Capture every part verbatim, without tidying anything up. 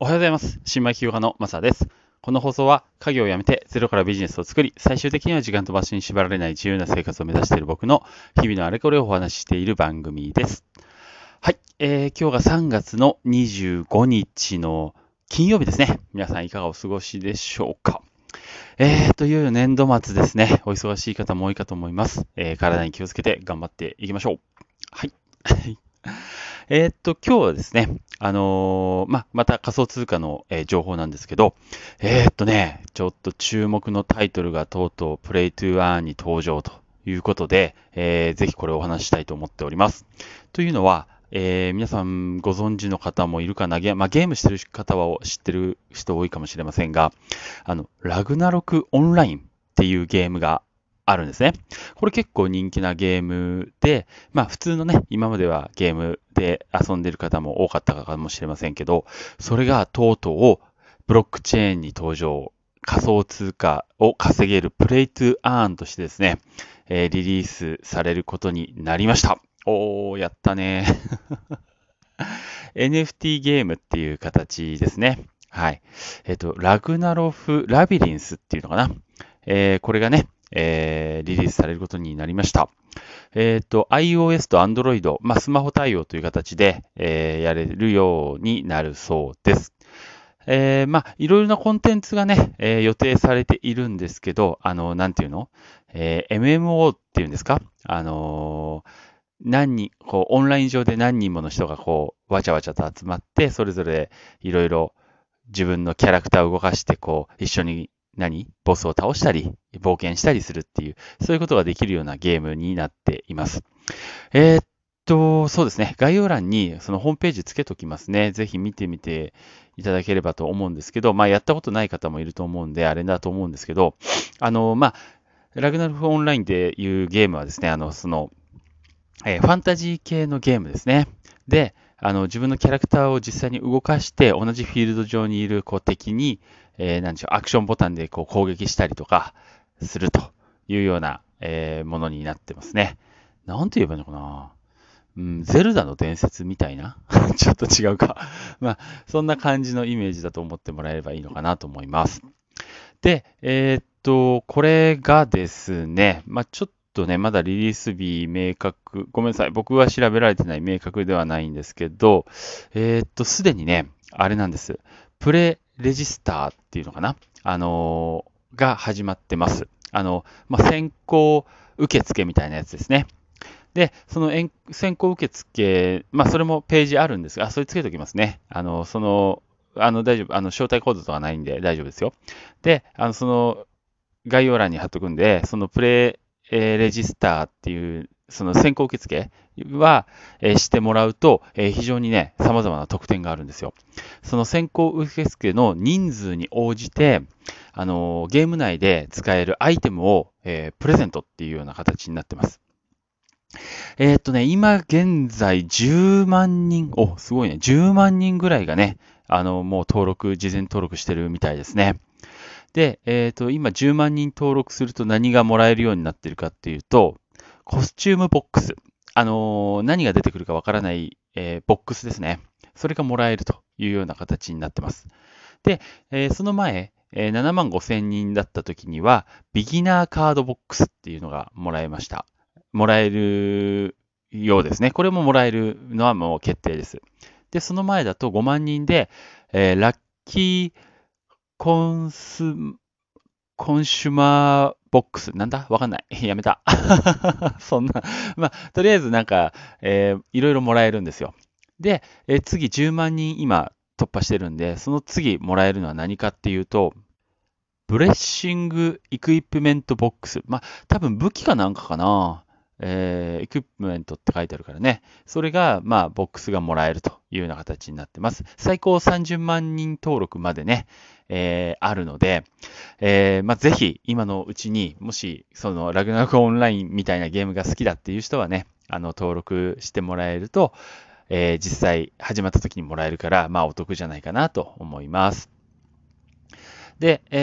おはようございます。新米企業家のマサです。この放送は家業を辞めてゼロからビジネスを作り、最終的には時間と場所に縛られない自由な生活を目指している僕の日々のあれこれをお話ししている番組です。はい、えー、今日がさんがつのにじゅうごにちの金曜日ですね。皆さんいかがお過ごしでしょうか。えーと、いよいよ年度末ですね。お忙しい方も多いかと思います。えー、体に気をつけて頑張っていきましょう。はい。えーっと、今日はですね、あのーま、また仮想通貨の、えー情報なんですけど、えーっとね、ちょっと注目のタイトルがとうとうプレイトゥーアーンに登場ということで、えーぜひこれをお話ししたいと思っております。というのは、えー皆さんご存知の方もいるかな、ゲ,、まあ、ゲームしてる方は知ってる人多いかもしれませんが、あの、ラグナロクオンラインっていうゲームがあるんですね。これ結構人気なゲームで、まあ普通のね、今まではゲームで遊んでる方も多かったかもしれませんけど、それがとうとうブロックチェーンに登場、仮想通貨を稼げるプレイトゥーアーンとしてですね、えーリリースされることになりました。おー、やったね。エヌエフティー ゲームっていう形ですね。はい。えっと、ラグナロフ・ラビリンスっていうのかな。えーこれがね、えーリリースされることになりました。えっと、iOS と Android、まあ、スマホ対応という形で、えーやれるようになるそうです。えーまあ、いろいろなコンテンツがね、えー予定されているんですけど、あの、なんていうの、えー エムエムオー っていうんですか、あのー何人、こう、オンライン上で何人もの人がこう、わちゃわちゃと集まって、それぞれいろいろ自分のキャラクターを動かして、こう、一緒に何ボスを倒したり、冒険したりするっていう、そういうことができるようなゲームになっています。えーっと、そうですね。概要欄にそのホームページつけときますね。ぜひ見てみていただければと思うんですけど、まあ、やったことない方もいると思うんで、あれだと思うんですけど、あの、まあ、ラグナルフオンラインでいうゲームはですね、あの、その、えーファンタジー系のゲームですね。で、あの、自分のキャラクターを実際に動かして、同じフィールド上にいるこう敵に、えー、なんでしょう、アクションボタンでこう攻撃したりとかするというような、えーものになってますね。なんて言えばいいのかな。うん、ゼルダの伝説みたいなちょっと違うかまあ、そんな感じのイメージだと思ってもらえればいいのかなと思います。で、えーっと、これがですね、まあ、ちょっとね、まだリリース日明確、ごめんなさい。僕は調べられてない明確ではないんですけど、えーっと、すでにね、あれなんです。プレレジスターっていうのかなあのーが始まってます。あの、まあ、先行受付みたいなやつですね。で、その先行受付、まあ、それもページあるんですが、あ、それつけておきますね。あの、その、あの、大丈夫。あの、招待コードとかないんで大丈夫ですよ。で、あの、その、概要欄に貼っとくんで、そのプレイ、えーレジスターっていう、その先行受付は、えーしてもらうと、えー非常にね、様々な特典があるんですよ。その先行受付の人数に応じて、あのーゲーム内で使えるアイテムを、えープレゼントっていうような形になってます。えーっとね、今現在じゅうまん人、お、すごいね、じゅうまん人ぐらいがね、あの、もう登録、事前登録してるみたいですね。で、えーっと、今じゅうまん人登録すると何がもらえるようになってるかっていうと、コスチュームボックス。あのー何が出てくるかわからない、えーボックスですね。それがもらえるというような形になってます。で、えーその前、えーななまんごせん人だった時には、ビギナーカードボックスっていうのがもらえました。もらえるようですね。これももらえるのはもう決定です。で、その前だとごまん人で、えーラッキーコンス、コンシュマーボックス。なんだわかんない。やめた。そんな。まあ、とりあえずなんか、えーいろいろもらえるんですよ。で、えー次じゅうまん人今突破してるんで、その次もらえるのは何かっていうと、ブレッシングイクイプメントボックス。まあ、多分武器かなんかかな。えー、エクイプメントって書いてあるからね。それが、まあ、ボックスがもらえるというような形になってます。最高さんじゅうまん人登録までね、えー、あるので、えー、まあ、ぜひ、今のうちに、もし、その、ラグナロクオンラインみたいなゲームが好きだっていう人はね、あの、登録してもらえると、えー、実際始まった時にもらえるから、まあ、お得じゃないかなと思います。で、えーっ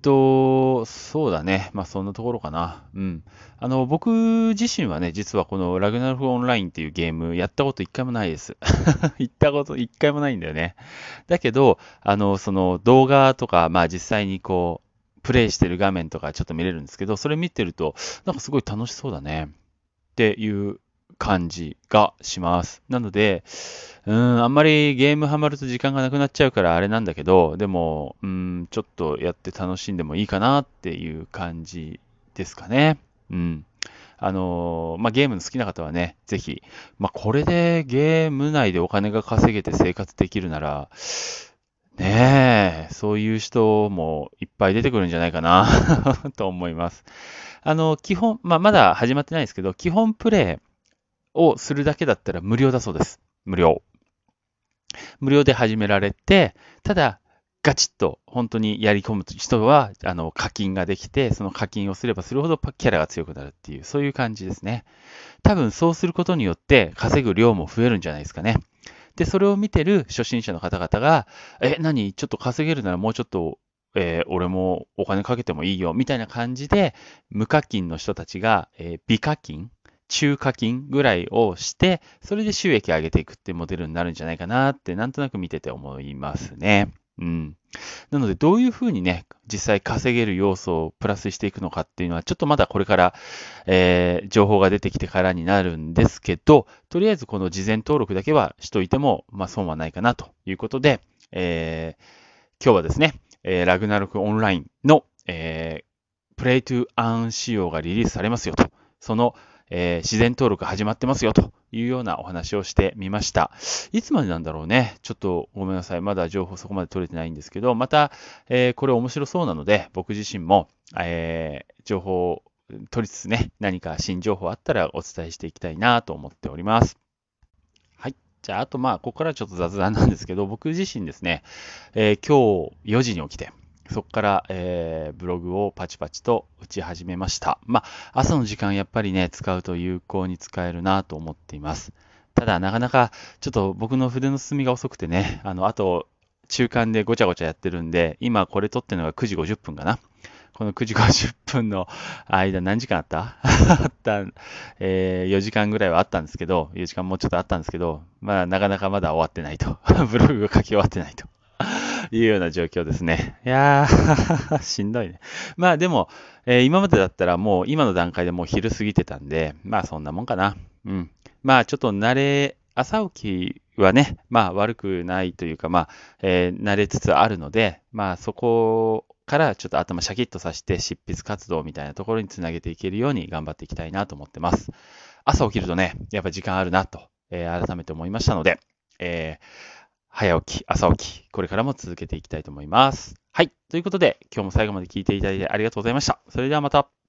と、そうだね。まあそんなところかな。うん。あの、僕自身はね、実はこのラグナロクオンラインっていうゲームやったこと一回もないです。行ったこと一回もないんだよね。だけど、あの、その動画とか、まあ実際にこう、プレイしてる画面とかちょっと見れるんですけど、それ見てると、なんかすごい楽しそうだね。っていう感じがします。なので、うん、あんまりゲームハマると時間がなくなっちゃうからあれなんだけど、でも、うん、ちょっとやって楽しんでもいいかなっていう感じですかね。うん。あのーまあ、ゲームの好きな方はね、ぜひ、まあ、これでゲーム内でお金が稼げて生活できるなら、ねえ、そういう人もいっぱい出てくるんじゃないかなと思います。あの、基本、まあ、まだ始まってないですけど、基本プレイをするだけだったら無料だそうです。無料。無料で始められて、ただ、ガチッと本当にやり込む人は、あの、課金ができて、その課金をすればするほどキャラが強くなるっていう、そういう感じですね。多分そうすることによって稼ぐ量も増えるんじゃないですかね。で、それを見てる初心者の方々が、え、何ちょっと稼げるならもうちょっと、えー俺もお金かけてもいいよ、みたいな感じで、無課金の人たちが、えー微課金中課金ぐらいをして、それで収益上げていくっていうモデルになるんじゃないかなって、なんとなく見てて思いますね。うん。なので、どういうふうにね、実際稼げる要素をプラスしていくのかっていうのは、ちょっとまだこれから、えー情報が出てきてからになるんですけど、とりあえずこの事前登録だけはしといても、まあ損はないかなということで、えー今日はですね、えーラグナロクオンラインの、えープレイトゥーアーン仕様がリリースされますよと。その、えー自然登録始まってますよというようなお話をしてみました。いつまでなんだろうね。ちょっとごめんなさい。まだ情報そこまで取れてないんですけど、また、えーこれ面白そうなので、僕自身も、えー情報を取りつつね、何か新情報あったらお伝えしていきたいなと思っております。はい。じゃあ、あとまあ、ここからちょっと雑談なんですけど、僕自身ですね、えー今日よじに起きて、そこから、えーブログをパチパチと打ち始めました。まあ、朝の時間やっぱりね、使うと有効に使えるなと思っています。ただ、なかなか、ちょっと僕の筆の進みが遅くてね、あの、あと、中間でごちゃごちゃやってるんで、今これ撮ってるのがくじごじゅっぷんかな。このくじごじゅっぷんの間何時間あったあった、えーよじかんぐらいはあったんですけど、よじかんもうちょっとあったんですけど、まあなかなかまだ終わってないと。ブログが書き終わってないというような状況ですね。いやー、しんどいね。まあでも、えー今までだったらもう今の段階でもう昼過ぎてたんで、まあそんなもんかな。うん。まあちょっと慣れ、朝起きはね、まあ悪くないというか、まあ、えー慣れつつあるので、まあそこからちょっと頭シャキッとさせて執筆活動みたいなところにつなげていけるように頑張っていきたいなと思ってます。朝起きるとね、やっぱ時間あるなと、えー改めて思いましたので、えー早起き、朝起き、これからも続けていきたいと思います。はい。ということで、今日も最後まで聞いていただいてありがとうございました。それではまた。